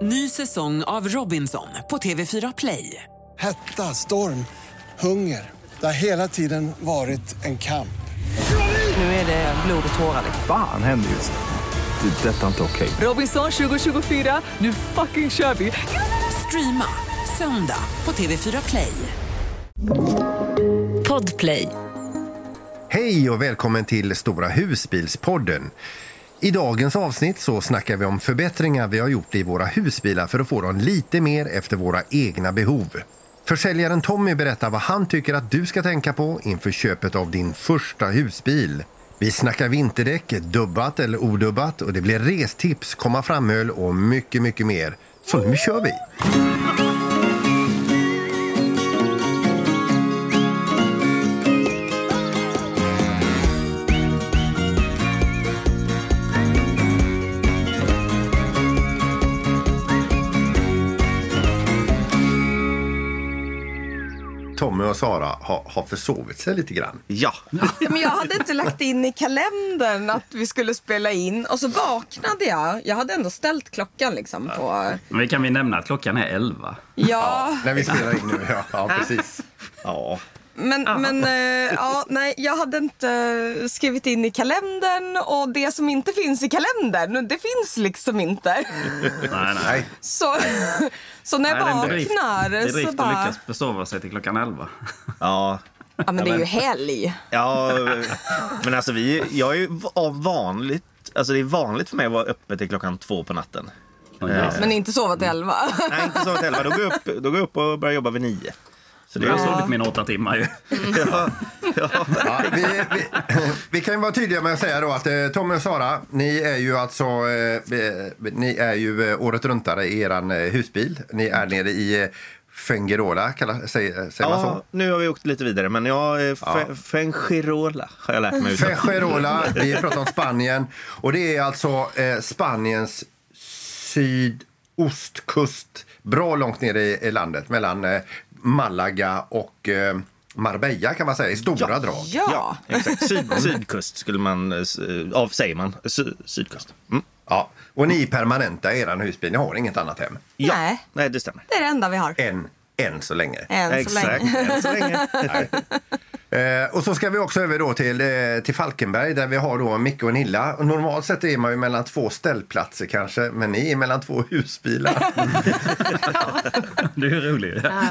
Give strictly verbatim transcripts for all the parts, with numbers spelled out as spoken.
Ny säsong av Robinson på T V fyra Play. Hetta, storm, hunger. Det har hela tiden varit en kamp. Nu är det blod och tårar. Fan händer just det. Det är detta inte okej. Robinson tjugo tjugofyra, nu fucking kör vi. Streama söndag på T V fyra Play. Podplay. Hej och välkommen till Stora husbilspodden. I dagens avsnitt så snackar vi om förbättringar vi har gjort i våra husbilar för att få dem lite mer efter våra egna behov. Försäljaren Tommy berättar vad han tycker att du ska tänka på inför köpet av din första husbil. Vi snackar vinterdäck, dubbat eller odubbat, och det blir restips, komma framöl och mycket, mycket mer. Så nu kör vi! Tommy och Sara har, har försovit sig lite grann. Ja. Men jag hade inte lagt in i kalendern att vi skulle spela in. Och så vaknade jag. Jag hade ändå ställt klockan liksom på... Men kan vi nämna att klockan är elva? Ja. Ja, när vi spelar in nu, ja, ja precis. Ja. Men, men äh, ja, nej, jag hade inte skrivit in i kalendern. Och det som inte finns i kalendern, det finns liksom inte. Nej, nej. Så, så när jag nej, vaknar det är drift så bara... att lyckas försova sig till klockan elva. Ja. Ja, men det är ju helg. Ja, men alltså vi, jag är ju av vanligt, alltså det är vanligt för mig att vara uppe till klockan två på natten. Ja. Men inte sova till elva. Nej, inte sova till elva. Då går jag upp, då går jag upp och börjar jobba vid nio. Så det har jag sovit mina åtta timmar ju. Ja, ja. Ja, vi, vi, vi kan ju vara tydliga med att säga då att eh, Tommy och Sara, ni är ju alltså eh, ni är ju eh, året runtare i eran eh, husbil. Ni är nere i eh, Fuengirola, kallar, säger, säger man så? Ja, nu har vi åkt lite vidare, men jag är ja. Fuengirola har jag lärt mig. Fuengirola, vi pratar om Spanien. Och det är alltså eh, Spaniens sydostkust, bra långt ner i, i landet, mellan eh, Malaga och eh, Marbella kan man säga, i stora ja. drag. Ja, ja exakt. Syd, sydkust skulle man, av säger man, Sy, sydkust. Mm. Ja, och ni är permanenta i eran husbil, ni har inget annat hem. Ja. Nej. Nej, det stämmer. Det är det enda vi har. Än, än så länge. Än exakt. så länge. Än så länge. Eh, och så ska vi också över då till, eh, till Falkenberg där vi har då Micke och Nilla. Och normalt sett är man ju mellan två ställplatser kanske, men ni är mellan två husbilar. Det är ju roligt. Ja,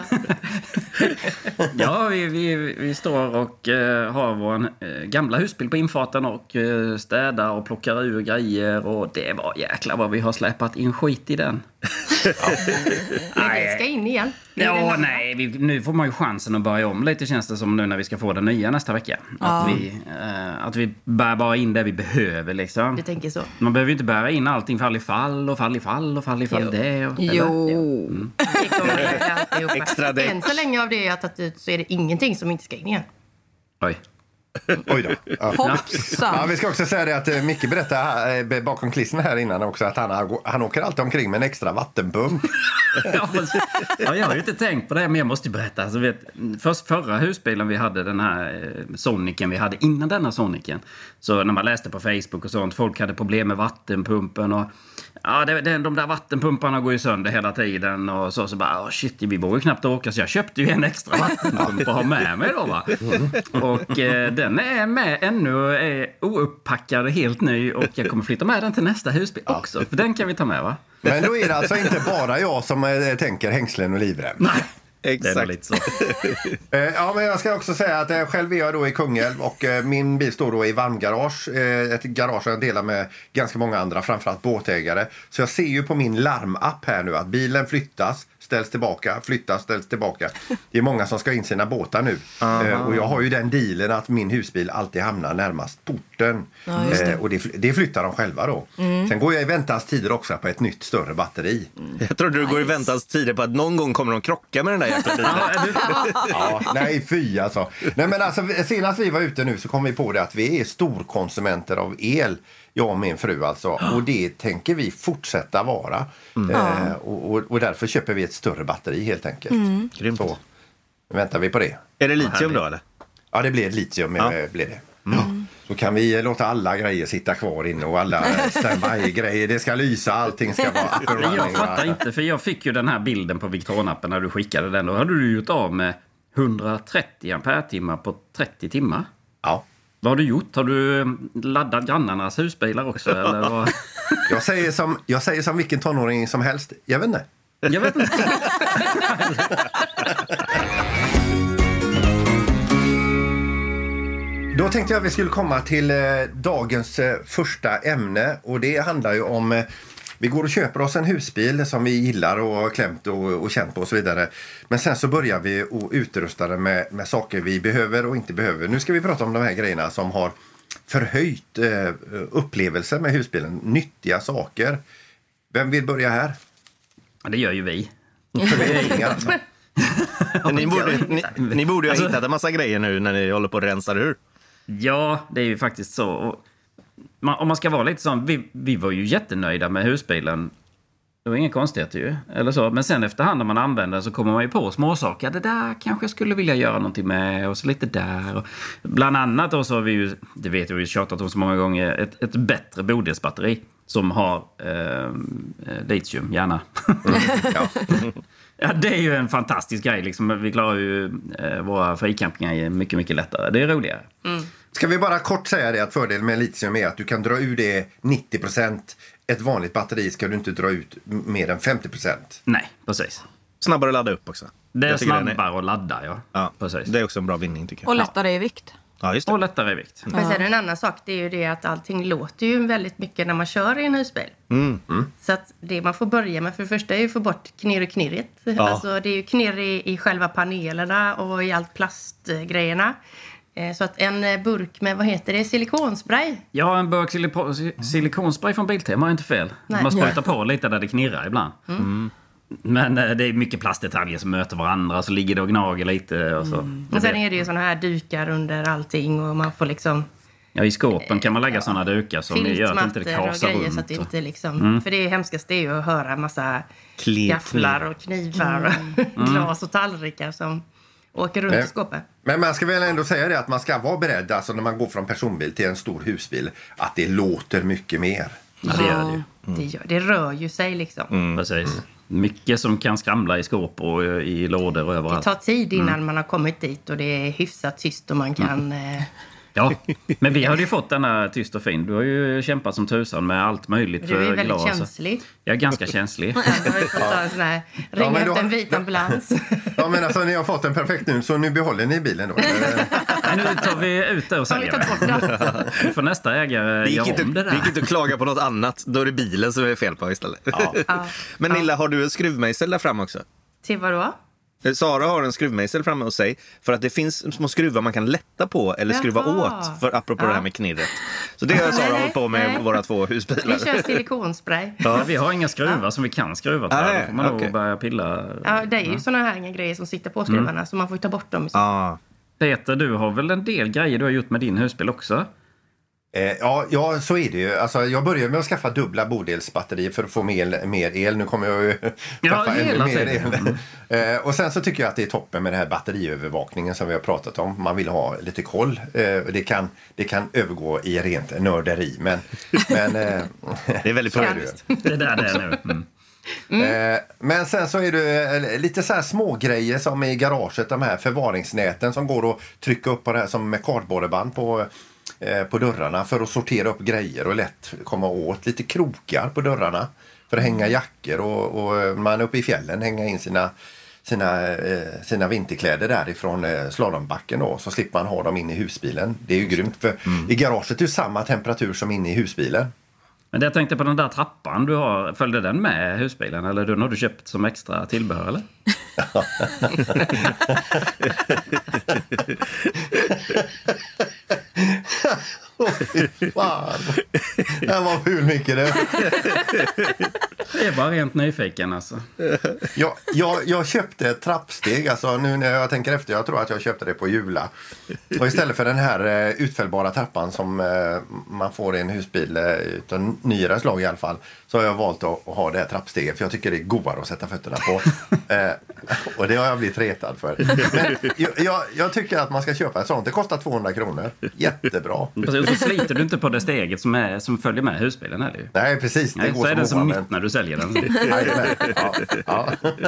ja vi, vi, vi står och eh, har vår eh, gamla husbil på infarten och eh, städar och plockar ur grejer. Och det var jäkla vad vi har släpat in skit i den. Ja. Men det ska in igen. Ja, nej, vi, nu får man ju chansen att börja om lite, känns det som nu när vi ska få det nya nästa vecka. Ja. Att, vi, eh, att vi bär bara in det vi behöver liksom. Du tänker så. Man behöver ju inte bära in allting fall i fall och fall i fall och fall i fall jo. det. Och, jo. Mm. Det kommer alltihopa. Extra däck. Än så länge av det jag har tagit ut så är det ingenting som inte ska in igen. Oj. Oj då. Ja. Hoppsan. Ja, vi ska också säga det att eh, Micke berättade eh, bakom kulisserna här innan också att han, har, han åker alltid omkring med en extra vattenpump. Ja, ja, jag har ju inte tänkt på det, men jag måste ju berätta. Alltså, vet, först förra husbilen vi hade, den här eh, Sonicen vi hade innan denna Sonicen. Så när man läste på Facebook och sånt, folk hade problem med vattenpumpen och ja, det, det, de där vattenpumparna går ju sönder hela tiden och så, så bara, oh shit, vi borde ju knappt åka, så jag köpte ju en extra vattenpump att ha med mig då, va? Mm. Och eh, den är med ännu, är ouppackad och helt ny, och jag kommer flytta med den till nästa husbil också, för den kan vi ta med, va? Men då är det alltså inte bara jag som eh, tänker hängslen och livrem. Nej. Exakt. Det är lite så. Ja, men jag ska också säga att eh, själv är jag då i Kungälv och eh, min bil står då i varmgarage. Eh, ett garage jag delar med ganska många andra, framförallt båtägare. Så jag ser ju på min larmapp här nu att bilen flyttas, ställs tillbaka, flyttas, ställs tillbaka. Det är många som ska in sina båtar nu. Eh, och jag har ju den dealen att min husbil alltid hamnar närmast porten. Ja, just det. Eh, och det, det flyttar de själva då. Mm. Sen går jag i väntans tider också på ett nytt större batteri. Mm. Jag trodde du går i väntans tider på att någon gång kommer de krocka med den där jäkla bilen. Ja, nej, fy alltså. Nej, men alltså, senast vi var ute nu så kom vi på det att vi är storkonsumenter av el, jag och min fru alltså. Och det tänker vi fortsätta vara. Mm. Eh, och, och, och därför köper vi ett större batteri helt enkelt. Mm. Så väntar vi på det. Är det litium då eller? Ja, det blir litium. Ja. Blir det. Mm. Så kan vi låta alla grejer sitta kvar inne och alla standby-grejer. Det ska lysa, allting ska vara akkurat. Jag fattar inte, för jag fick ju den här bilden på Victron-appen när du skickade den. Då hade du gjort av med hundratrettio ampere-timmar på trettio timmar. Ja. Vad har du gjort? Har du laddat grannarnas husbilar också? Eller vad? Jag, säger som, jag säger som vilken tonåring som helst. Jag vet inte. Jag vet inte. Då tänkte jag att vi skulle komma till eh, dagens eh, första ämne. Och det handlar ju om... Eh, vi går och köper oss en husbil som vi gillar och har klämt och, och känt på och så vidare. Men sen så börjar vi och utrusta den med, med saker vi behöver och inte behöver. Nu ska vi prata om de här grejerna som har förhöjt eh, upplevelser med husbilen. Nyttiga saker. Vem vill börja här? Ja, det gör ju vi. Förvägningar alltså. ni, borde, ni, ni borde ju ha hittat en massa grejer nu när ni håller på att rensa ur. Ja, det är ju faktiskt så. Och man, om man ska vara lite sån, vi, vi var ju jättenöjda med husbilen. Det var inga konstigheter ju. Eller så. Men sen efterhand när man använder den så kommer man ju på småsaker. Det där kanske jag skulle vilja göra någonting med. Och så lite där. Och bland annat då så har vi ju, det vet jag vi har tjatat om så många gånger, ett, ett bättre bodelsbatteri. Som har eh, litium, gärna. Mm, ja. Ja, det är ju en fantastisk grej. Liksom. Vi klarar ju eh, våra fricampingar mycket, mycket lättare. Det är roligare. Mm. Ska vi bara kort säga det att fördelen med litium är att du kan dra ur det nittio procent. Ett vanligt batteri ska du inte dra ut mer än femtio procent. Nej, precis. Snabbare att ladda upp också. Det är Jag tycker snabbare den är- att ladda, ja. Ja, Precis. det är också en bra vinning tycker jag. Och lättare i vikt. Ja, just det. Och lättare i vikt. Men sen en annan sak, det är ju det att allting låter ju väldigt mycket när man kör i en husbil. Mm. Så att det man får börja med för det första är ju att få bort knirr och knirret. Alltså det är ju knirr i, i själva panelerna och i allt plastgrejerna. Eh, Så att en burk med, vad heter det, silikonspray. Ja, en burk silipo- si- silikonspray från Biltema är inte fel. Nej. Man sprutar på lite där det knirrar ibland. Mm. Men eh, det är mycket plastdetaljer som möter varandra. Så ligger det och gnager lite. Och så. Och sen är det ju såna här dukar under allting och man får liksom Ja, i skåpen kan man lägga såna dukar som gör att inte det filtmattor och kasar grejer runt. så att det inte liksom... För det hemskaste är ju att höra massa Kli- gafflar och knivar och glas och tallrikar som åker runt Nej. i skåpet. Men man ska väl ändå säga det att man ska vara beredd, alltså när man går från personbil till en stor husbil, att det låter mycket mer. Ja, det gör det ju. Det, gör, det rör ju sig liksom. Precis. Mycket som kan skramla i skåp och i lådor och Det överallt. tar tid innan man har kommit dit och det är hyfsat tyst och man kan... Eh, Ja, men vi har ju fått den här tyst och fin. Du har ju kämpat som tusan med allt möjligt du är för väldigt glas. känslig. Jag är ganska känslig. Ja, då har vi fått ta en sån här, ringa men ut då- en vit ambulans. Ja, men alltså ni har fått en perfekt nu, så nu behåller ni bilen då. Men nu tar vi ut det och Har vi säljer tagit det. bort ratten? Nu får nästa ägare Det gick, göra inte, om det det gick där. inte att klaga på något annat. Då är det bilen som är fel på istället. Ja. Men Nilla, har du en skruvmejsel där fram också? Till vad då? Sara har en skruvmejsel framme hos sig för att det finns små skruvar man kan lätta på eller skruva Jaha. åt, för apropå Ja. det här med knirret. Så det har Sara Nej, hållit på med nej. våra två husbilar. Vi kör silikonspray. Ja, vi har inga skruvar som vi kan skruva till. Nej, Då får man nog okej. börja pilla. Ja, det är ju såna här grejer som sitter på skruvarna så man får ta bort dem. I så. Ja. Peter, du har väl en del grejer du har gjort med din husbil också? Eh, ja, ja, så är det ju. Alltså, jag började med att skaffa dubbla bodelsbatterier för att få mer, mer el. Nu kommer jag ju skaffa ännu hela mer tiden. el. Eh, och sen så tycker jag att det är toppen med den här batteriövervakningen som vi har pratat om. Man vill ha lite koll. Eh, och det, kan, det kan övergå i rent nörderi. Men, men eh, Det är väldigt så är praktiskt. det ju. Det är där det är nu. Mm. Eh, men sen så är det eh, lite så här små grejer som i garaget, de här förvaringsnäten som går att trycka upp på det här som med kardborreband på, eh, på dörrarna för att sortera upp grejer och lätt komma åt. Lite krokar på dörrarna för att hänga jackor och, och man uppe i fjällen hänga in sina, sina, eh, sina vinterkläder därifrån eh, slalombacken då, så slipper man ha dem in i husbilen. Det är ju grymt för i garaget är det samma temperatur som inne i husbilen. Men det jag tänkte på den där trappan du har, följde den med husbilen? Eller den har du köpt som extra tillbehör, eller? Fan. Det var ful mycket det. Det är bara rent nyfiken alltså. Jag, jag, jag köpte ett trappsteg, alltså nu när jag tänker efter, jag tror att jag köpte det på Jula. Och istället för den här eh, utfällbara trappan som eh, man får i en husbil eh, utan nyare slag i alla fall, så har jag valt att, att ha det här trappsteget för jag tycker det är godare att sätta fötterna på. Eh, Och det har jag blivit retad för. Men jag, jag, jag tycker att man ska köpa ett sånt. Det kostar tvåhundra kronor. Jättebra. Precis, så sliter du inte på det steget som, är, som följer med husbilen. Är det ju. Nej, precis. Det Nej, går så är den som oanvänt. nytt när du säljer den. ja, ja.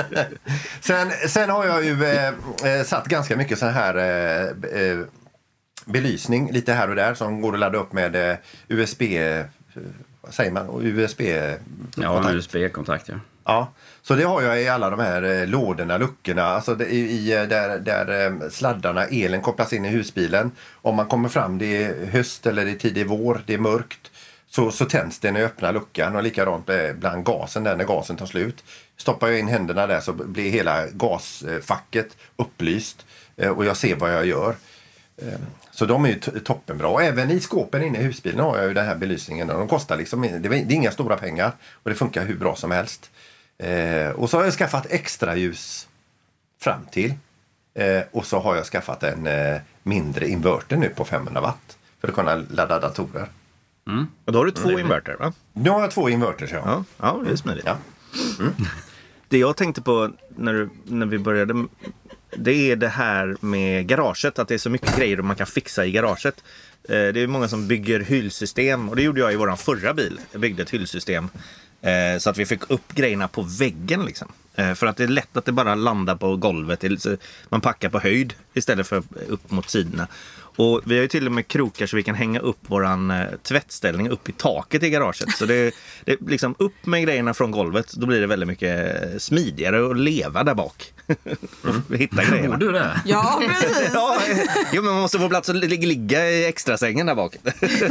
Sen, sen har jag ju eh, satt ganska mycket sån här eh, eh, belysning lite här och där som går att ladda upp med eh, U S B, eh, vad säger man? U S B Ja, en U S B-kontakt, ja. Ja, så det har jag i alla de här eh, lådorna, luckorna, alltså det, i, i, där, där eh, sladdarna, elen kopplas in i husbilen. Om man kommer fram, det är höst eller det är tidig vår, det är mörkt, så, så tänds det när jag öppnar luckan. Och likadant bland gasen där när gasen tar slut. Stoppar jag in händerna där så blir hela gasfacket upplyst eh, och jag ser vad jag gör. Eh, så de är ju t- toppenbra. Och även i skåpen inne i husbilen har jag ju den här belysningen. De kostar liksom, det är inga stora pengar och det funkar hur bra som helst. Eh, och så har jag skaffat extra ljus fram till. Eh, och så har jag skaffat en eh, mindre inverter nu på femhundra watt för att kunna ladda datorer. Mm. Och då har du två inverter, va? Nu har jag två inverters, ja. Ja, ja, det är smidigt. Ja. Mm. Det jag tänkte på när, du, när vi började, det är det här med garaget. Att det är så mycket grejer man kan fixa i garaget. Eh, det är många som bygger hyllsystem. Och det gjorde jag i våran förra bil. Jag byggde ett hyllsystem. Eh, så att vi fick upp grejerna på väggen liksom. Eh, för att det är lätt att det bara landar på golvet. Man packar på höjd istället för upp mot sidorna. Och vi har ju till och med krokar så vi kan hänga upp våran eh, tvättställning upp i taket i garaget. Så det, det är liksom upp med grejerna från golvet. Då blir det väldigt mycket smidigare att leva där bak. Mm. Hitta grejerna. Får du det? Ja, precis. Ja, jo, men man måste få plats att ligga, ligga i extra sängen där bak.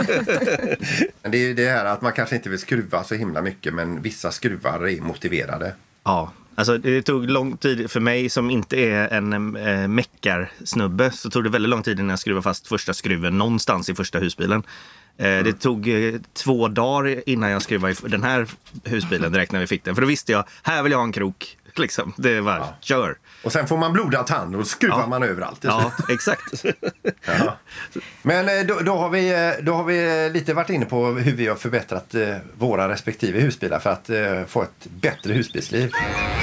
Men det är ju det här att man kanske inte vill skruva så himla mycket, men vissa skruvar är motiverade. Ja, alltså det tog lång tid för mig som inte är en äh, meckarsnubbe, så tog det väldigt lång tid innan jag skruvade fast första skruven någonstans i första husbilen. Eh, mm. Det tog eh, två dagar innan jag skruvade i den här husbilen direkt när vi fick den. För då visste jag, här vill jag ha en krok. Liksom. Det var, ja. Kör. Och sen får man blodad tand och skruvar ja. man överallt. Ja, exakt. Ja. Men då, då, har vi, då har vi lite varit inne på hur vi har förbättrat eh, våra respektive husbilar för att eh, få ett bättre husbilsliv.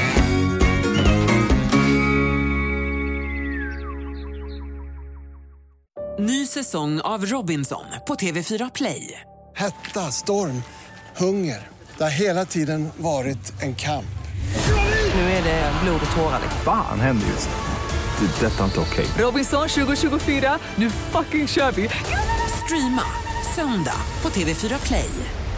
Ny säsong av Robinson på T V fyra Play. Hetta, storm, hunger. Det har hela tiden varit en kamp. Nu är det blod och tårar. Fan händer just det. Det är detta inte okej. Robinson tjugo tjugofyra, nu fucking kör vi. Streama söndag på T V fyra Play.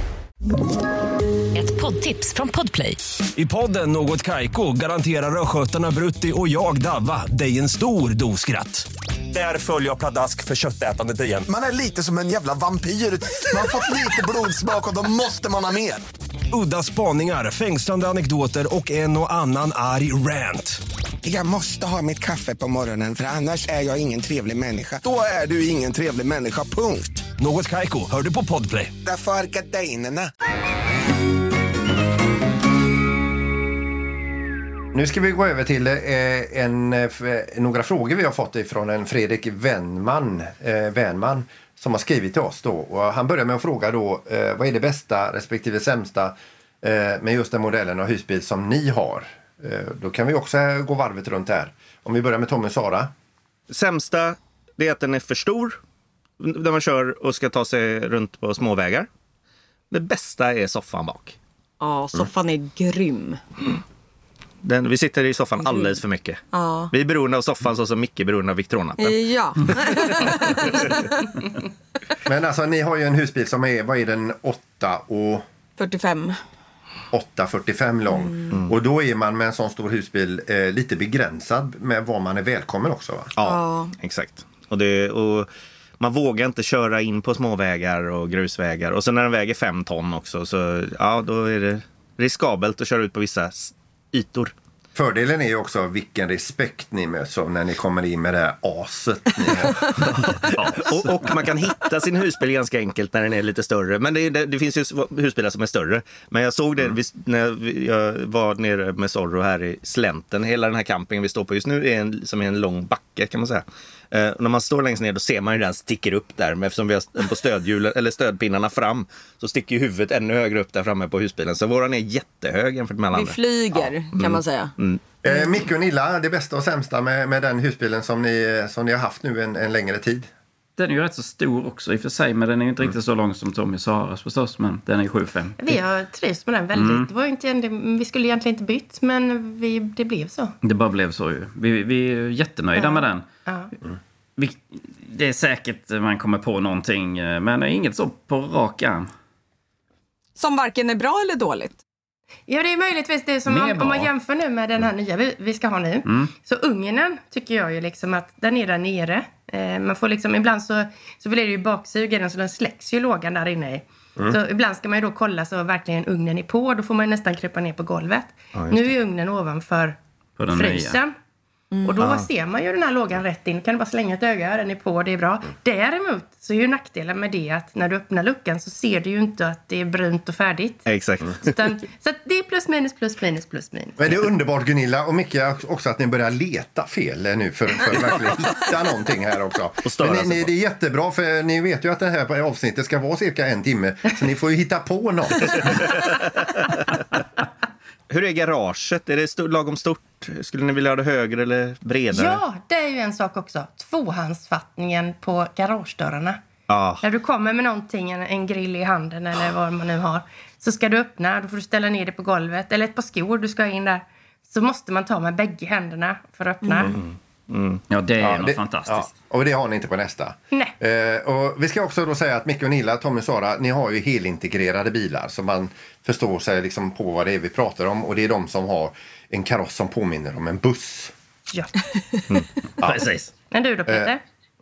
Ett poddtips från Podplay. I podden Något Kaiko garanterar röskötarna Brutti och jag Davva dig en stor doskratt. Där följer jag pladask för köttätandet igen. Man är lite som en jävla vampyr. Man har fått lite blodsmak och då måste man ha mer. Udda spaningar, fängslande anekdoter och en och annan arg rant. Jag måste ha mitt kaffe på morgonen för annars är jag ingen trevlig människa. Då är du ingen trevlig människa, punkt. Något Kaiko, hör du på Podplay. Därför är gardinerna. Nu ska vi gå över till eh, en, eh, några frågor vi har fått ifrån en Fredrik Wennman, eh, Wennman som har skrivit till oss då. Och han börjar med att fråga då, eh, vad är det bästa respektive sämsta eh, med just den modellen av husbil som ni har? Eh, då kan vi också gå varvet runt här. Om vi börjar med Tommy och Sara. Sämsta, det är att den är för stor när man kör och ska ta sig runt på småvägar. Det bästa är soffan bak. Ja, soffan är grym. Den, vi sitter i soffan alldeles för mycket. Ja. Vi är beroende av soffan så som Micke är beroende av Victronappen. Ja. Men alltså ni har ju en husbil som är, vad är den, åtta och... fyrtiofem. åtta fyrtiofem lång. Mm. Och då är man med en sån stor husbil eh, lite begränsad med var man är välkommen också, va? Ja, ja. Exakt. Och, det, och man vågar inte köra in på småvägar och grusvägar. Och sen när den väger fem ton också, så ja, då är det riskabelt att köra ut på vissa ytor. Fördelen är ju också vilken respekt ni möts av när ni kommer in med det här aset. Ja. och, och man kan hitta sin husbil ganska enkelt när den är lite större. Men det, det, det finns ju husbilar som är större. Men jag såg det mm. när jag var nere med Zorro här i Slänten. Hela den här campingen vi står på just nu är en, som är en lång backe kan man säga. Eh, när man står längst ner då ser man ju den sticker upp där. Men eftersom vi har på stödhjulen, eller stödpinnarna fram så sticker ju huvudet ännu högre upp där framme på husbilen. Så våran är jättehög jämfört med alla Vi andra. flyger Ja. kan Mm. man säga. Mm. Eh, Micke och Nilla, det bästa och sämsta med, med den husbilen som ni, som ni har haft nu en, en längre tid? Den är ju rätt så stor också i och för sig, men den är ju inte riktigt så lång som Tommy Saras förstås, men den är sju fem. Vi har trivs med den väldigt. Mm. Det var ju inte, vi skulle egentligen inte bytt, men vi, det blev så. Det bara blev så ju. Vi, vi är jättenöjda Ja. med den. Ja. Vi, det är säkert man kommer på någonting, men inget så på rak arm. Som varken är bra eller dåligt. Ja, det är möjligtvis det som Mer man, om bra. man jämför nu med den här nya vi, vi ska ha nu. Mm. Så ugnen tycker jag ju liksom att den är där nere. Eh, man får liksom, ibland så, så blir det ju baksugaren så den släcks ju lågan där inne i. Mm. Så ibland ska man ju då kolla så verkligen ugnen är på. Då får man ju nästan krypa ner på golvet. Ja, just nu är ugnen ovanför På den frysen. Och då Ah. ser man ju den här lågan rätt in. Kan du bara slänga ett öga, den är på, det är bra. Däremot så är ju nackdelen med det att när du öppnar luckan så ser du ju inte att det är brunt och färdigt. Exakt. Utan, så att det är plus minus, plus minus, plus minus. Men det är underbart Gunilla och Micke också att ni börjar leta fel nu för, för att verkligen hitta någonting här också. Men ni, ni, det är jättebra för ni vet ju att det här avsnittet ska vara cirka en timme så ni får ju hitta på något. Hur är garaget? Är det st- lagom stort? Skulle ni vilja ha det högre eller bredare? Ja, det är ju en sak också. Tvåhandsfattningen på garagedörrarna. Ja. När du kommer med någonting, en, en grill i handen eller vad man nu har. Så ska du öppna, då får du ställa ner det på golvet. Eller ett par skor du ska ha in där. Så måste man ta med bägge händerna för att öppna. Mm. Mm. Ja, det är Ja, något det- fantastiskt. Ja, och det har ni inte på nästa. Nej. Eh, och vi ska också då säga att Micke och Nilla, Tommy och Sara, ni har ju helintegrerade bilar så man förstår sig liksom på vad det är vi pratar om. Och det är de som har en kaross som påminner om en buss. Ja. Ja. Precis. Men du då, Peter?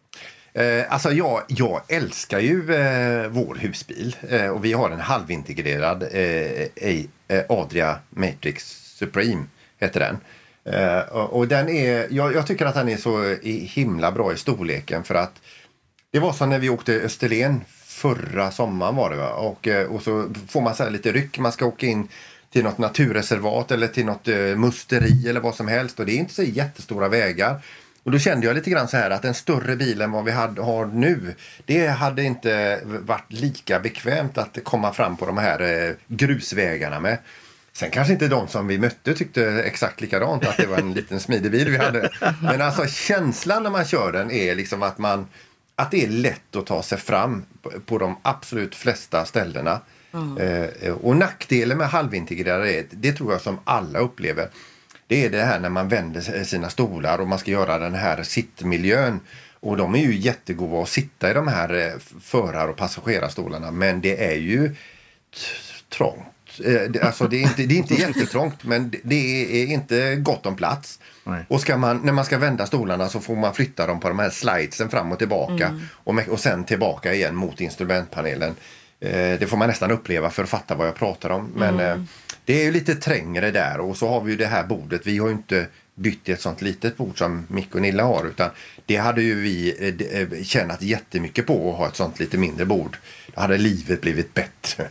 Eh, alltså jag, jag älskar ju eh, vår husbil eh, och vi har en halvintegrerad eh, eh, Adria Matrix Supreme heter den. Eh, och, och den är, jag, jag tycker att den är så i himla bra i storleken för att det var så när vi åkte Österlen förra sommaren var det va? Och, eh, och så får man så här lite ryck, man ska åka in till något naturreservat eller till något eh, musteri eller vad som helst och det är inte så jättestora vägar. Och då kände jag lite grann så här att en större bil än vad vi hade, har nu, det hade inte varit lika bekvämt att komma fram på de här eh, grusvägarna med. Sen kanske inte de som vi mötte tyckte exakt likadant att det var en liten smidig bil vi hade. Men alltså känslan när man kör den är liksom att man att det är lätt att ta sig fram på, på de absolut flesta ställena. Mm. Eh, och nackdelen med halvintegrerade är, det tror jag som alla upplever. Det är det här när man vänder sina stolar och man ska göra den här sittmiljön. Och de är ju jättegoda att sitta i de här förar- och passagerarstolarna. Men det är ju t- trångt. Eh, Alltså det är inte, det är inte jättetrångt men det är inte gott om plats. Nej. Och ska man, när man ska vända stolarna så får man flytta dem på de här slidesen fram och tillbaka. Mm. Och, med, och sen tillbaka igen mot instrumentpanelen. Eh, det får man nästan uppleva för att fatta vad jag pratar om. Men Mm. eh, det är ju lite trängre där och så har vi ju det här bordet. Vi har ju inte bytt ett sånt litet bord som Micke och Nilla har utan det hade ju vi eh, tjänat jättemycket på att ha ett sånt lite mindre bord. Då hade livet blivit bättre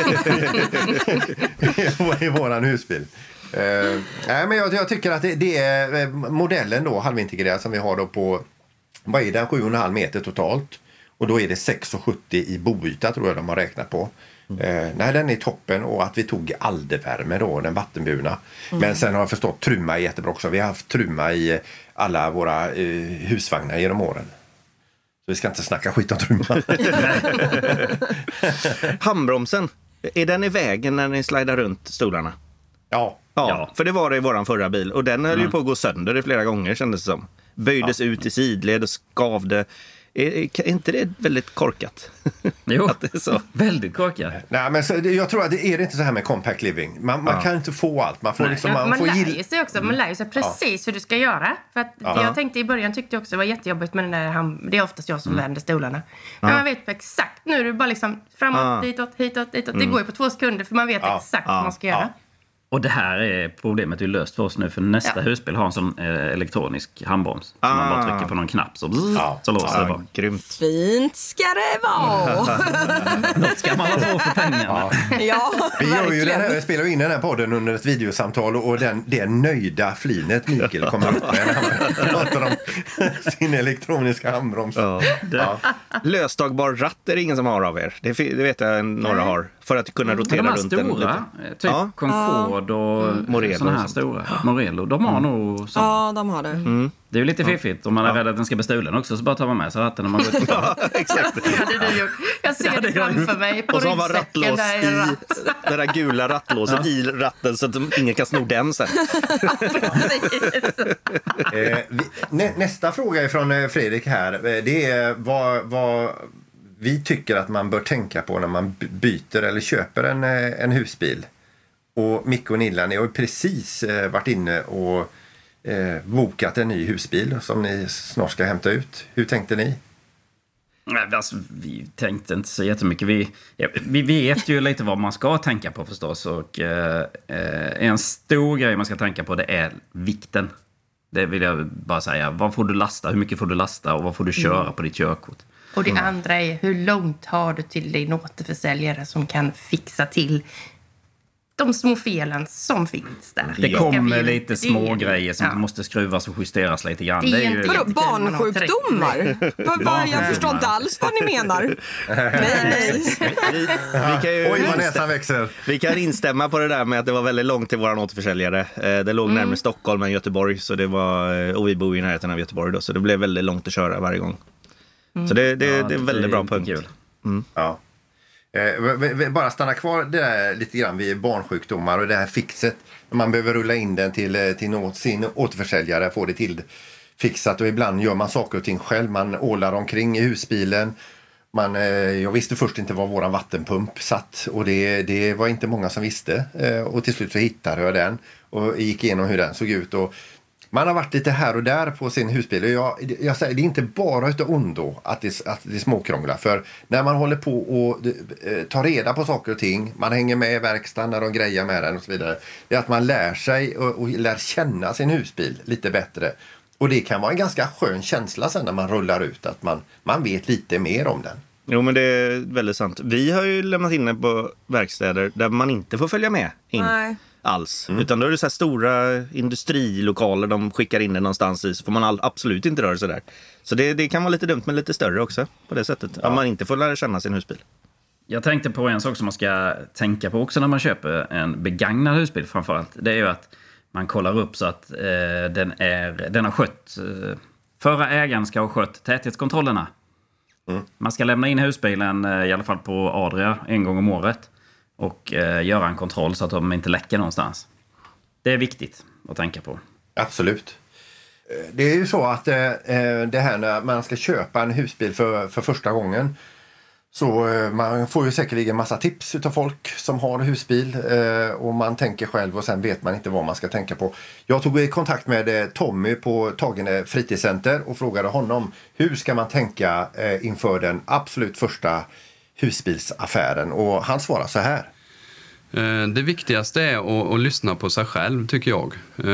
i våran husbil. Uh, nej, men jag, jag tycker att det, det är modellen då, halvintegrerad som vi har då på, vad är det, sju komma fem meter totalt. Och då är det sex komma sjuttio i boyta tror jag de har räknat på. Mm. Uh, nej, den är toppen och att vi tog aldevärme då, den vattenburna. Mm. Men sen har jag förstått trumma är jättebra också. Vi har haft trumma i alla våra uh, husvagnar genom åren. Så vi ska inte snacka skit om trumma. Handbromsen, är den i vägen när ni slidar runt stolarna? Ja. Ja, Ja. för det var det i våran förra bil. Och den höll ju Mm. på att gå sönder i flera gånger kändes det som. Böjdes ut i sidled och skavde. Är, är inte det väldigt korkat? Jo, Att det är så. väldigt korkat. Nej, men så, jag tror att det är inte så här med compact living. Man, man Ja. kan inte få allt. Man får Nej. liksom, Ja, man man får lär gill- ju sig också. Man lär ju sig precis hur du ska göra. För att Ja. jag tänkte i början tyckte jag också det var jättejobbigt med den där ham- det är oftast jag som Mm. vänder stolarna. Men man vet exakt nu är det bara liksom framåt, Ja. ditåt, hitåt, ditåt. Det går ju på två sekunder för man vet Ja. exakt Ja. vad man ska göra. Och det här är problemet är löst för oss nu. För nästa ja. husbil har en sån eh, elektronisk handbroms. Ah. Som man bara trycker på någon knapp så, bzz, ja. så låser ah, det bara. Grymt. Fint ska det vara. Något ska man få för pengarna. Ja, ja vi, gör ju den här, vi spelar in den här podden under ett videosamtal. Och den, det nöjda flinet Mikael kommer upp med. Han pratar om sin elektroniska handbroms. Ja. Ja. Löstagbar ratt är det ingen som har av er. Det, det vet jag några har. För att kunna rotera de runt stora, den lite. Typ ja. Concorde och mm. Morello, såna här stora. Morello, de har mm. nog... Sån. Ja, de har det. Mm. Det är ju lite fiffigt. Om man är ja. rädd att den ska bli stulen också så bara tar man med sig ratten när man går ut. Ja, exakt. Det hade du gjort. Jag ser det framför mig på och så har man rattlås där i ratt. Det där gula rattlåset ja. i ratten så att ingen kan sno den sen. eh, vi, nä, nästa fråga är från Fredrik här. Det är vad... vad vi tycker att man bör tänka på när man byter eller köper en, en husbil. Och Micke och Nilla, ni har ju precis eh, varit inne och eh, bokat en ny husbil som ni snart ska hämta ut. Hur tänkte ni? Nej, alltså, vi tänkte inte så jättemycket. Vi, ja, vi vet ju lite vad man ska tänka på förstås. Och eh, en stor grej man ska tänka på det är vikten. Det vill jag bara säga. Vad får du lasta? Hur mycket får du lasta? Och vad får du köra mm. på ditt körkort? Och det mm. andra är hur långt har du till din återförsäljare som kan fixa till de små felen som finns där. Det kommer lite små grejer som ja. måste skruvas och justeras lite grann. Det är, det är ju... Vadå, barnsjukdomar? Barn. Jag förstår inte alls vad ni menar. nej, nej. Vi, vi kan ju, Oj, vad näsan växer. Vi kan instämma på det där med att det var väldigt långt till våran återförsäljare. Det låg mm. närmare Stockholm än Göteborg. Så det var, och vi bor i närheten av Göteborg då. Så det blev väldigt långt att köra varje gång. Mm. Så det, det, ja, det är en väldigt bra punkt. Kul. Mm. Ja. Eh, bara stanna kvar det där lite grann vid barnsjukdomar och det här fixet. Man behöver rulla in den till, till något, sin återförsäljare, få det till fixat. Och ibland gör man saker och ting själv. Man ålar omkring i husbilen. Man, eh, jag visste först inte var våran vattenpump satt. Och det, det var inte många som visste. Eh, och till slut så hittade jag den. Och gick igenom hur den såg ut. Och man har varit lite här och där på sin husbil. Och jag, jag säger, det är inte bara utav ondo att det, att det småkrånglar. För när man håller på och eh, tar reda på saker och ting. Man hänger med i verkstaden när de grejar med den och så vidare. Det är att man lär sig och, och lär känna sin husbil lite bättre. Och det kan vara en ganska skön känsla sen när man rullar ut. Att man, man vet lite mer om den. Jo, men det är väldigt sant. Vi har ju lämnat in den på verkstäder där man inte får följa med in. Nej. Alls. Mm. Utan då är det så här stora industrilokaler de skickar in den någonstans i, så får man all, absolut inte röra sig där. Så det, det kan vara lite dumt men lite större också på det sättet. Ja. Om man inte får lära känna sin husbil. Jag tänkte på en sak som man ska tänka på också när man köper en begagnad husbil framförallt. Det är ju att man kollar upp så att eh, den, är, den har skött. Eh, förra ägaren ska ha skött täthetskontrollerna. Mm. Man ska lämna in husbilen eh, i alla fall på Adria en gång om året. Och eh, göra en kontroll så att de inte läcker någonstans. Det är viktigt att tänka på. Absolut. Det är ju så att eh, det här när man ska köpa en husbil för, för första gången. Så eh, man får ju säkerligen massa tips utav folk som har husbil. Eh, och man tänker själv och sen vet man inte vad man ska tänka på. Jag tog i kontakt med eh, Tommy på Tagene fritidscenter och frågade honom. Hur ska man tänka eh, inför den absolut första husbilsaffären, och han svarar så här. Det viktigaste är att, att lyssna på sig själv, tycker jag.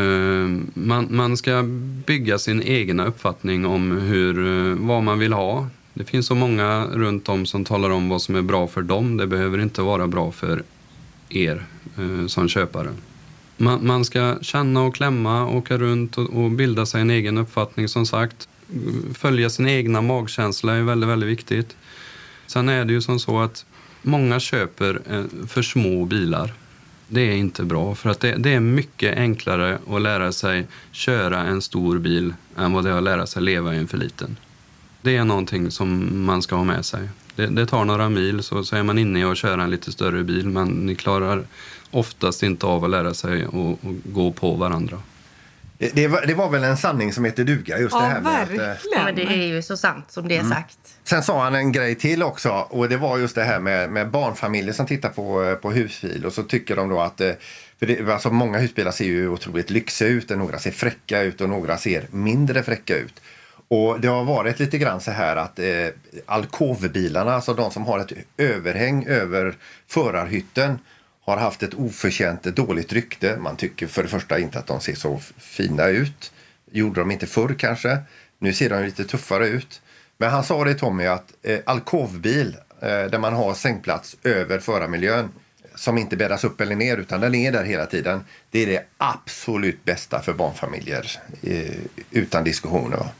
Man, man ska bygga sin egna uppfattning om hur, vad man vill ha. Det finns så många runt om som talar om vad som är bra för dem. Det behöver inte vara bra för er som köpare. Man, man ska känna och klämma, åka runt och, och bilda sig en egen uppfattning, som sagt. Följa sin egna magkänsla är väldigt, väldigt viktigt. Sen är det ju som så att många köper för små bilar. Det är inte bra, för att det, det är mycket enklare att lära sig köra en stor bil än vad det är att lära sig leva i en för liten. Det är någonting som man ska ha med sig. Det, det tar några mil så, så är man inne i att köra en lite större bil, men ni klarar oftast inte av att lära sig att gå på varandra. Det, det, var, det var väl en sanning som heter duga, just ja, det här med verkligen. Att, ja, men det är ju så sant som det är mm. sagt. Sen sa han en grej till också, och det var just det här med, med barnfamiljer som tittar på, på husbil, och så tycker de då att, för det, alltså många husbilar ser ju otroligt lyxiga ut, och några ser fräcka ut och några ser mindre fräcka ut. Och det har varit lite grann så här att eh, alkovbilarna, alltså de som har ett överhäng över förarhytten, har haft ett oförtjänt dåligt rykte. Man tycker för det första inte att de ser så fina ut. Gjorde de inte förr kanske. Nu ser de lite tuffare ut. Men han sa det, Tommy, att eh, alkovbil eh, där man har sängplats över förarmiljön som inte bäddas upp eller ner utan den är där hela tiden. Det är det absolut bästa för barnfamiljer eh, utan diskussioner. Va?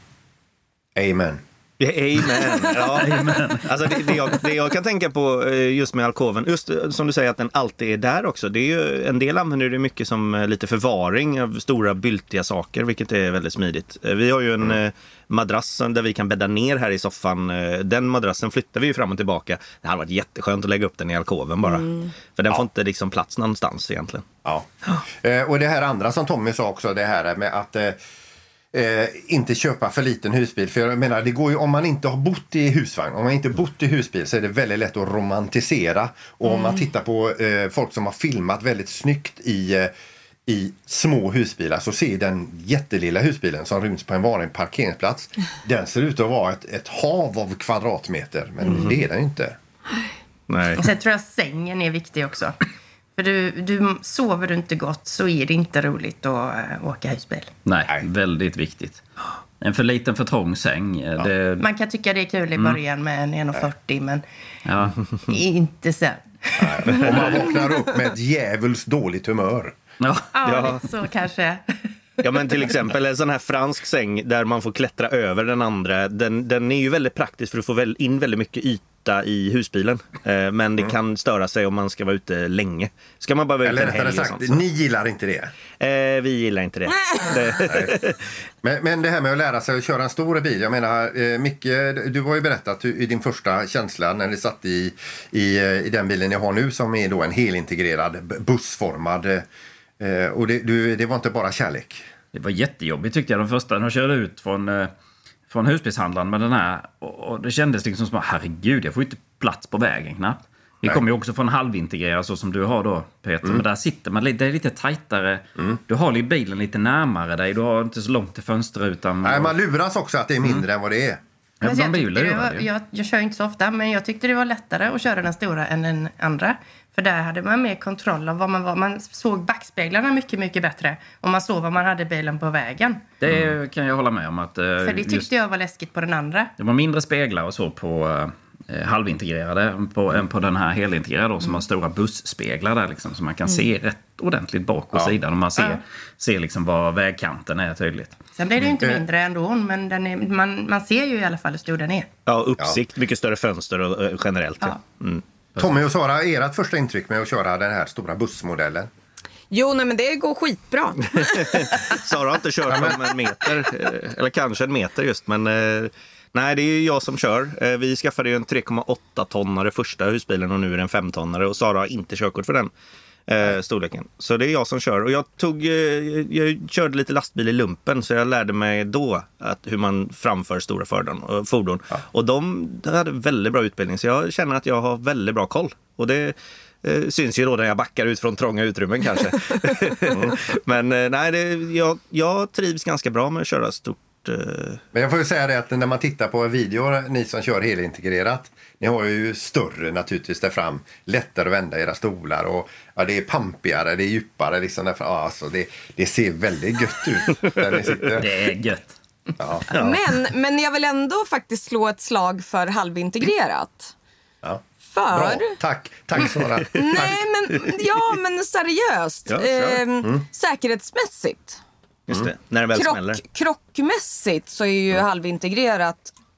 Amen. Amen. Ja. Amen. Alltså det, det, jag, det jag kan tänka på just med alkoven, just som du säger att den alltid är där också. Det är ju, en del använder det mycket som lite förvaring av stora byltiga saker, vilket är väldigt smidigt. Vi har ju en mm. madrass där vi kan bädda ner här i soffan. Den madrassen flyttar vi ju fram och tillbaka. Det hade varit jätteskönt att lägga upp den i alkoven bara. Mm. För den ja. får inte liksom plats någonstans egentligen. Ja. Och det här andra som Tommy sa också, det här med att Eh, inte köpa för liten husbil. För jag menar, det går ju, om man inte har bott i husvagn, om man inte bott i husbil, så är det väldigt lätt att romantisera. Och mm. om man tittar på eh, folk som har filmat väldigt snyggt i, eh, i små husbilar, så ser den jättelilla husbilen som ryms på en vanlig parkeringsplats, den ser ut att vara ett, ett hav av kvadratmeter. Men mm. det är den inte. Nej. Och sen tror jag sängen är viktig också. För du, du sover du inte gott så är det inte roligt att äh, åka husbil. Nej, Nej, väldigt viktigt. En för liten för trång säng. Ja. Det... Man kan tycka det är kul i början med en en fyrtio, men ja. inte sen. Nej. Och man vaknar upp med ett djävuls dåligt humör. Ja, ja. så kanske. Ja, men till exempel en sån här fransk säng där man får klättra över den andra. Den, den är ju väldigt praktisk för du får väl in väldigt mycket yta i husbilen. Eh, men det mm. kan störa sig om man ska vara ute länge. Ska man bara vara ute en helg sagt, och sånt, ni gillar inte det? Eh, vi gillar inte det. det. men, men det här med att lära sig att köra en stor bil. Jag menar, eh, Micke, du har ju berättat i din första känsla när ni satt i, i, i den bilen ni har nu, som är då en helintegrerad, bussformad. Eh, och det, du, det var inte bara kärlek. Det var jättejobbigt tyckte jag de första. När jag körde ut från, eh, från husbilshandlaren med den här. Och, och det kändes liksom som att herregud, jag får inte plats på vägen knappt. Vi kommer ju också från halvintegrerad så som du har då, Peter. Mm. Men där sitter man, det är lite tajtare. Mm. Du har ju bilen lite närmare dig. Du har inte så långt till fönsterrutan. Nej, man luras också att det är mindre mm. än vad det är. Ja, jag, det var, jag, jag kör inte så ofta, men jag tyckte det var lättare att köra den stora än den andra. För där hade man mer kontroll av vad man var. Man såg backspeglarna mycket, mycket bättre. Och man såg vad man hade bilen på vägen. Det mm. kan jag hålla med om. Att, För det tyckte just, jag var läskigt på den andra. Det var mindre speglar och så på eh, halvintegrerade på, än på den här helintegrerade då, som mm. har stora busspeglar där liksom. Så man kan mm. se rätt ordentligt bak på ja. sidan. Och man ser, ja. ser liksom var vägkanten är tydligt. Sen blir det ju inte mindre ändå, men den är, man, man ser ju i alla fall hur stor den är. Ja, uppsikt, ja. mycket större fönster och, uh, generellt. Ja. Mm. Tommy och Sara, ert första intryck med att köra den här stora bussmodellen? Jo, nej, men det går skitbra. Sara har inte kört om en meter, eller kanske en meter just, men nej, det är ju jag som kör. Vi skaffade ju en tre komma åtta tonnare första husbilen och nu är det en fem tonnare och Sara har inte körkort för den eh, storleken. Så det är jag som kör och jag tog, jag körde lite lastbil i lumpen så jag lärde mig då att hur man framför stora fordon, fordon. Ja. Och de hade väldigt bra utbildning så jag känner att jag har väldigt bra koll och det eh, syns ju då när jag backar ut från trånga utrymmen kanske. mm. Men eh, nej, det, jag, jag trivs ganska bra med att köra stort. Men jag får ju säga det att när man tittar på videor, ni som kör helintegrerat, ni har ju större naturligtvis där fram, lättare att vända era stolar och ja, det är pampigare, det är djupare liksom där fram. Ja, alltså, det, det ser väldigt gött ut där ni sitter. Det är gött. Ja. Ja. Men, men jag vill ändå faktiskt slå ett slag för halvintegrerat. Ja. För... Bra. Tack, tack Sara. Nej, men, ja, men seriöst. Ja, eh, mm. Säkerhetsmässigt. Just det, när det väl Krock, smäller. Krockmässigt så är ju mm. halvintegrerat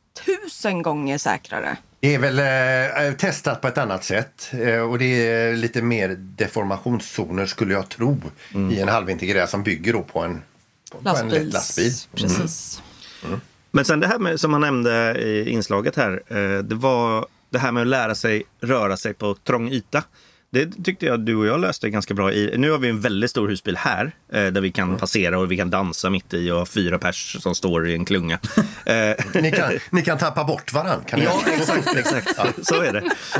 tusen gånger säkrare. Det är väl eh, testat på ett annat sätt eh, och det är lite mer deformationszoner skulle jag tro mm. i en halvintegrerad som bygger då på en, på en lätt lastbil. Precis. Mm. Mm. Men sen det här med, som han nämnde i inslaget här, eh, det var det här med att lära sig röra sig på trång yta. Det tyckte jag du och jag löste ganska bra i. Nu har vi en väldigt stor husbil här eh, där vi kan mm. passera och vi kan dansa mitt i och ha fyra pers som står i en klunga. Eh. ni, kan, ni kan tappa bort varann. Kan ja, exakt, exakt. Ja, så är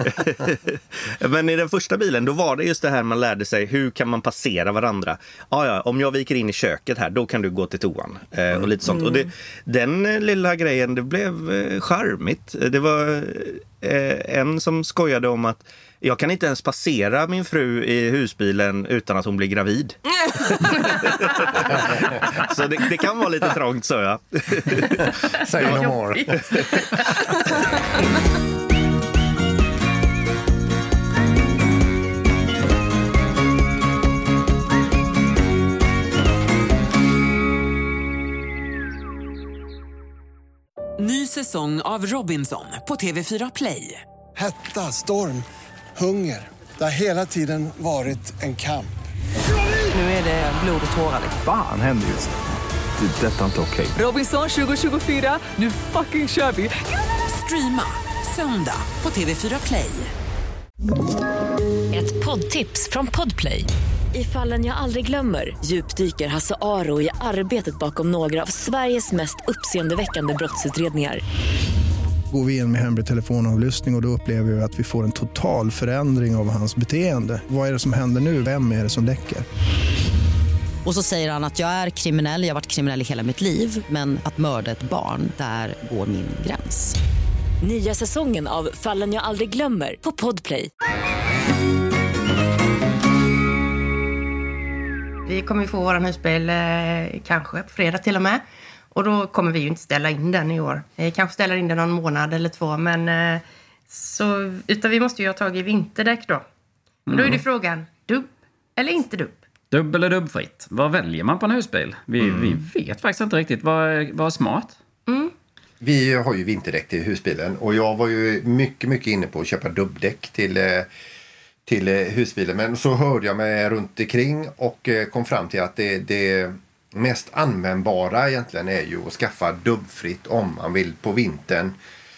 det. Men i den första bilen då var det just det här man lärde sig. Hur kan man passera varandra? Ah, ja, om jag viker in i köket här, då kan du gå till toan. Eh, och lite sånt. Mm. Och det, den lilla grejen, det blev eh, charmigt. Det var eh, en som skojade om att Jag kan inte ens passera min fru i husbilen utan att hon blir gravid. Så det, det kan vara lite trångt, så jag. Say no more. Ny säsong av Robinson på T V fyra Play. Hetta, storm, hunger. Det har hela tiden varit en kamp. Nu är det blod och tårar. Fan händer just det. Det är detta inte okej. Robinson tjugo tjugofyra, nu fucking kör vi. Streama söndag på T V fyra Play. Ett poddtips från Podplay. I Fallen jag aldrig glömmer djupdyker Hasse Aro i arbetet bakom några av Sveriges mest uppseendeväckande brottsutredningar. Går vi in med hemlig telefonavlyssning och, och då upplever vi att vi får en total förändring av hans beteende. Vad är det som händer nu? Vem är det som läcker? Och så säger han att jag är kriminell, jag har varit kriminell i hela mitt liv. Men att mörda ett barn, där går min gräns. Nya säsongen av Fallen jag aldrig glömmer på Podplay. Vi kommer ju få vår husbil eh, kanske på fredag till och med. Och då kommer vi ju inte ställa in den i år. Eh, kanske ställa in den någon månad eller två. Men eh, så, utan vi måste ju ha tag i vinterdäck då. Men mm. då är det frågan, dubb eller inte dubb? Dubb eller dubbfritt? Vad väljer man på en husbil? Vi, mm. vi vet faktiskt inte riktigt. Vad är, vad är smart? Mm. Vi har ju vinterdäck till husbilen. Och jag var ju mycket, mycket inne på att köpa dubbdäck till... Eh, till husbilen, men så hörde jag mig runt omkring och kom fram till att det, det mest användbara egentligen är ju att skaffa dubbfritt om man vill på vintern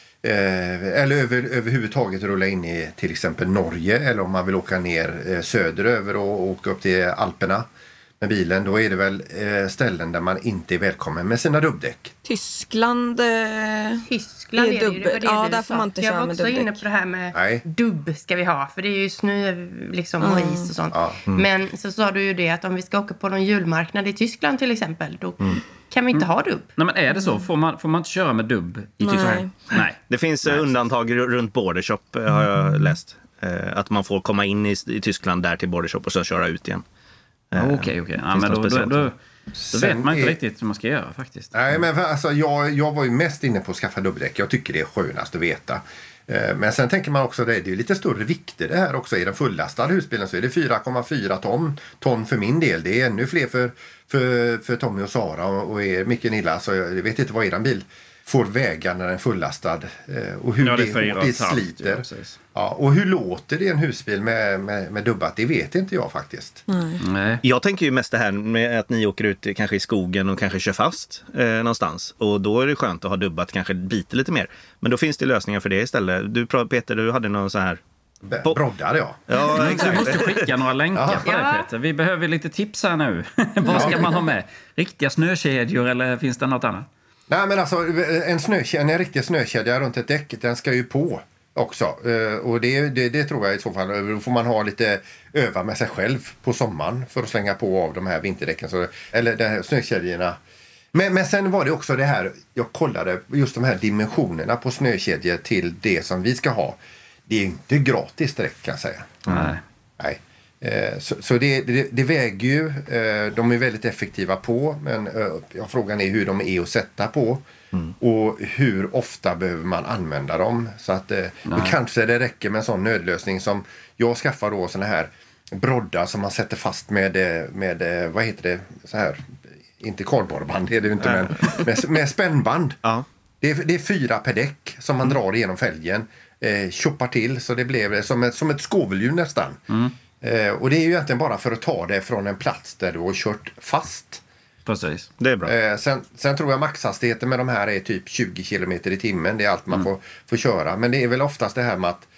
eh, eller över, överhuvudtaget rulla in i till exempel Norge, eller om man vill åka ner eh, söderöver och åka upp till Alperna med bilen. Då är det väl eh, ställen där man inte är välkommen med sina dubbdäck. Tyskland, eh, Tyskland är, är dubbel. Det, det ja, det där får man inte köra med dubbdäck. Jag var också inne på det här med Nej. dubb ska vi ha. För det är ju snö liksom, och Mm. is och sånt. Ja. Mm. Men så sa du ju det att om vi ska åka på någon julmarknad i Tyskland till exempel, då mm. kan vi inte Mm. ha dubb. Nej, men är det så? Får man, får man inte köra med dubb i Nej. Tyskland? Nej. Det finns Nej. undantag runt Bordershop, har jag läst. Att man får komma in i, i Tyskland där till Bordershop och så köra ut igen. Okej, okej. Okay, okay. Ja, men då, då, då, då vet man inte är... riktigt hur man ska göra faktiskt. Nej, men alltså, jag, jag var ju mest inne på att skaffa dubbdäck. Jag tycker det är skönast att veta. Men sen tänker man också, det är ju lite större vikter det här också. I den fullastade husbilen så är det fyra komma fyra ton, ton för min del. Det är ännu fler för, för, för Tommy och Sara och, och är mycket Nilla. Så jag vet inte vad eran bil får väga när den är fullastad. Och hur ja, det, det, det sliter. Ja, ja, och hur låter det en husbil med, med, med dubbat? Det vet inte jag faktiskt. Nej. Nej. Jag tänker ju mest det här med att ni åker ut kanske i skogen och kanske kör fast eh, någonstans. Och då är det skönt att ha dubbat, kanske biter lite mer. Men då finns det lösningar för det istället. Du, Peter, du hade någon så här... B- broddar, ja. Ja, exakt. Du måste skicka några länkar ja. på det, Peter. Vi behöver lite tips här nu. Vad ska man ha med? Riktiga snökedjor eller finns det något annat? Nej, men alltså en, snökedja, en riktig snökedja runt ett däck, den ska ju på också. Och det, det, det tror jag i så fall. Då får man ha lite öva med sig själv på sommaren för att slänga på av de här vinterdäcken. Så, eller de här snökedjorna. Men, men sen var det också det här, jag kollade just de här dimensionerna på snökedjor till det som vi ska ha. Det är inte gratis direkt, kan jag säga. Nej. Nej. Så, så det, det, det väger ju, de är väldigt effektiva på, men ja, frågan är hur de är att sätta på mm. och hur ofta behöver man använda dem. Så att då kanske det räcker med en sån nödlösning som jag skaffar då, såna här broddar som man sätter fast med, med vad heter det, så här, inte kardborreband, det är det inte, men med, med spännband. Ja. Det, är, det är fyra per däck som man drar igenom fälgen, eh, tjoppar till så det blev som ett, som ett skovelhjul nästan. Mm. Eh, och det är ju egentligen bara för att ta det från en plats där du har kört fast. Precis. Det är bra. Eh, sen, sen tror jag maxhastigheten med de här är typ tjugo kilometer i timmen. Det är allt man mm. får, får köra. Men det är väl oftast det här med att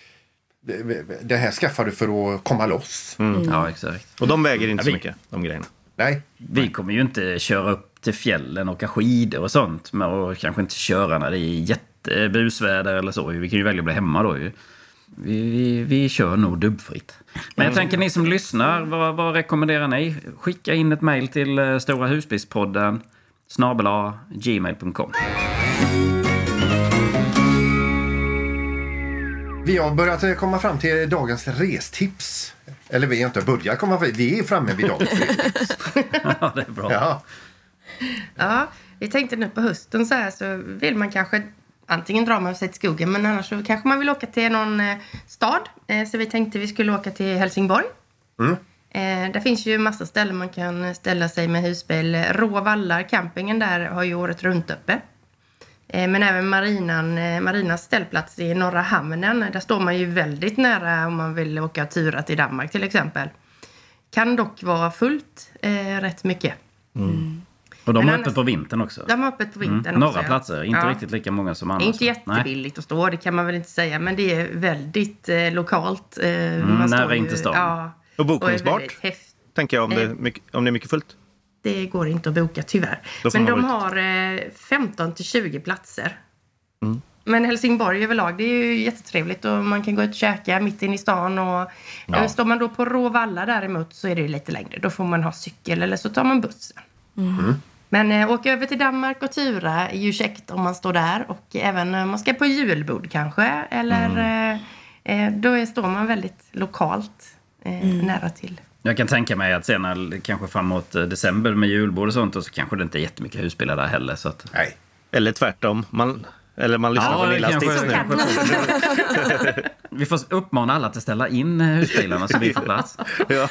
det här skaffar du för att komma loss. Mm. Mm. Ja, exakt. Och de väger inte ja, så vi, mycket, de grejerna. Nej. Vi kommer ju inte köra upp till fjällen och åka skidor och sånt. Men och kanske inte köra när det är jättebusväder eller så. Vi kan ju välja att bli hemma då ju. Vi, vi, vi kör nog dubbfritt. Men jag tänker ni som lyssnar, vad, vad rekommenderar ni? Skicka in ett mejl till uh, Stora husbilspodden snabel-a gmail punkt com. Vi har börjat komma fram till dagens restips. Eller vi har inte börjat komma fram. Vi är framme vid dagens restips. Ja, det är bra. Ja. Ja, vi tänkte nu på hösten så här så vill man kanske antingen dra man sig till skogen men annars så kanske man vill åka till någon eh, stad. Eh, så vi tänkte vi skulle åka till Helsingborg. Mm. Eh, där finns ju massa ställen man kan ställa sig med husbil. Råvallar, campingen där har ju året runt uppe. Eh, men även marinan, eh, marinas ställplats i Norra Hamnen. Där står man ju väldigt nära om man vill åka tura till Danmark till exempel. Kan dock vara fullt eh, rätt mycket. Mm. Och de Men är annars- öppet på vintern också. De är öppet på vintern mm. också. Några ja. platser, inte Ja. riktigt lika många som annars. Inte jättebilligt att stå, det kan man väl inte säga. Men det är väldigt eh, lokalt. Eh, Mm, man nära står ju- in till stan. Ja, Och bokningsbart, är väldigt häftigt. tänker jag, om det, är Eh. mycket, om det är mycket fullt. Det går inte att boka tyvärr. Då får Men man de vara har eh, femton till tjugo platser. Mm. Men Helsingborg överlag, det är ju jättetrevligt. Och man kan gå ut och käka mitt in i stan. Och, Ja. eh, står man då på Råvalla däremot så är det ju lite längre. Då får man ha cykel eller så tar man bussen. Mm. Men eh, åka över till Danmark och tura är ju käckt om man står där. Och även om man ska på julbord kanske. Eller Mm. eh, eh, då är, står man väldigt lokalt eh, nära till. Jag kan tänka mig att senare, kanske framåt eh, december med julbord och sånt, och så kanske det inte är jättemycket husbilar där heller. Så att... Nej. Eller tvärtom. Man, eller man lyssnar Ja, på det Lillas kanske- tips nu. kanske- Vi får uppmana alla att ställa in eh, husbilarna så vi får plats. Ja.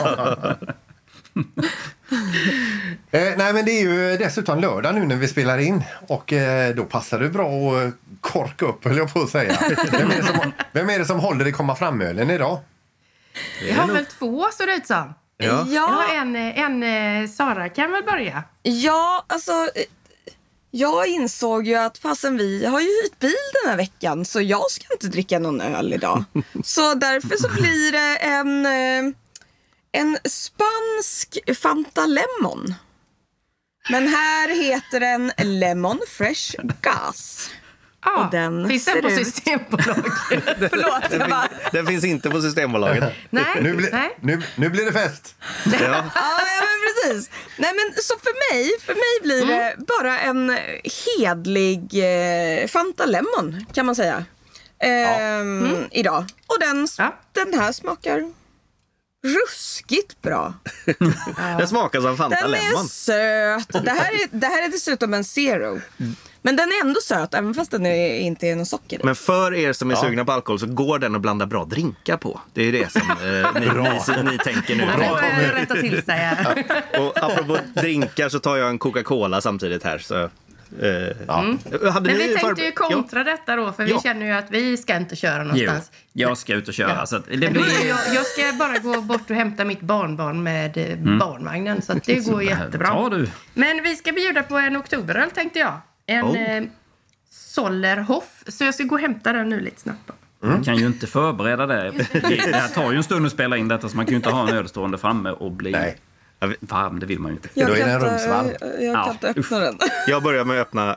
Eh, nej, men det är ju dessutom lördag nu när vi spelar in. Och eh, då passar det bra att korka upp, höll jag på att säga. Vem är det som, vem är det som håller i komma fram-ölen idag? Vi har väl två så det ut som. Ja. Jag har en, en, en Sara kan väl börja? Ja, alltså eh, jag insåg ju att fasen vi har ju hyrt bil den här veckan så jag ska inte dricka någon öl idag. Så därför så blir det en, eh, en spansk Fanta Lemon. Men här heter den Lemon Fresh Gas. Ja, och den finns den ser på ut- Systembolaget? Förlåt, jag bara... Den finns inte på Systembolaget. Nej, Nu, blir- nej. nu, nu blir det fest. Ja. Ja, ja, men precis. Nej, men så för mig, för mig blir det bara en hedlig eh, Fanta Lemon kan man säga. Ehm, Idag. Och den, den här smakar ruskigt bra. Den smakar som Fanta Den Lemon. är söt. Det här är, det här är dessutom en zero. Men den är ändå söt, även fast den är, inte är någon socker i. Men för er som är Ja. sugna på alkohol så går den att blanda bra drinkar på. Det är det som eh, ni, ni, ni tänker nu. Ja, det får jag rätta till sig här. Och apropå drinkar så tar jag en Coca-Cola samtidigt här. Så, eh, Mm. hade Men ni vi tänkte förber- ju kontra detta då, för Ja. vi känner ju att vi ska inte köra Jo, någonstans. jag ska ut och köra. Ja. Så att det Men då, blir... jag, jag ska bara gå bort och hämta mitt barnbarn med eh, Mm. barnvagnen, så att det går jättebra. Ta du. Men vi ska bjuda på en oktoberöl tänkte jag. En Oh. eh, Sollerhoff, så jag ska gå och hämta den nu lite snabbt. Man kan ju inte förbereda det. Det här tar ju en stund att spela in detta, så man kan ju inte ha en öl stående framme och bli varm. Det vill man ju inte. Jag Då är kan den inte- rumsvarm. jag kan inte öppna uff. den. Jag börjar med att öppna...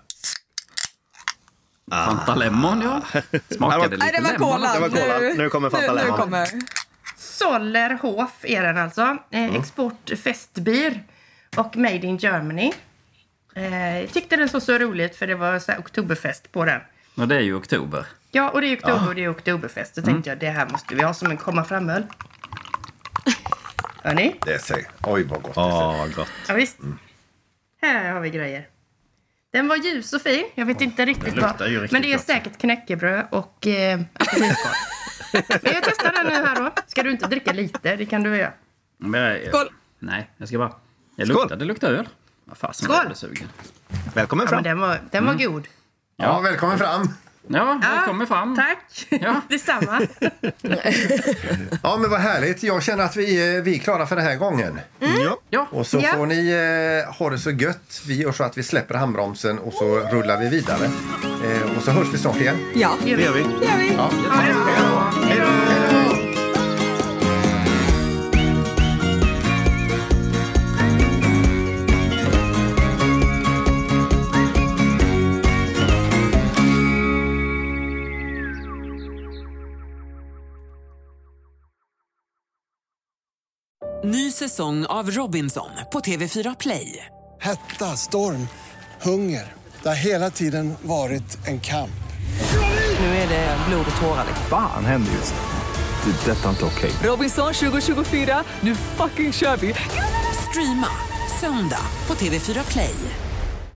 Fanta Lemon, ja. Smakade lite Nej, det var lemon. cola. Det var cola. Nu kommer Fanta nu, nu Lemon. kommer. Sollerhoff är den alltså. Eh, export festbier och made in Germany. Eh, jag tyckte den såg så roligt för det var så här oktoberfest på den. Och det är ju oktober. Ja, och det är oktober och det är oktoberfest. Så tänkte jag, det här måste vi ha som en komma fram-öl. Hör ni? Det säger. Oj, vad gott. Ja, gott. Ja, visst. Här har vi grejer. Den var ljus och fin. Jag vet inte riktigt luktar vad. ju riktigt Men det är gott. säkert knäckebröd och eh, apelsinskal. Men jag testar den nu här då. Ska du inte dricka lite? Det kan du göra. Men jag, Skål! Nej, jag ska bara... Jag Skål. luktar, det luktar öl. Vad fasen Skål. jag blir sugen. Välkommen Ja, fram. men den var, den var Mm. god. Ja, välkommen fram. Ja, välkommen fram. Tack. Ja. Detsamma. Ja, men vad härligt. Jag känner att vi, eh, vi är klara för den här gången. Ja. Ja. Och så Ja. får ni eh, ha det så gött. Vi gör så att vi släpper handbromsen och så rullar vi vidare. Eh, och så hörs vi snart igen. Ja, Det gör vi. det gör vi. Ja. Hej då. Ny säsong av Robinson på T V fyra Play. Hetta, storm, hunger. Det har hela tiden varit en kamp. Nu är det blod och tårar. Fan händer just det. Det är detta inte okej. Robinson tjugo tjugofyra, nu fucking kör vi! Streama söndag på T V fyra Play.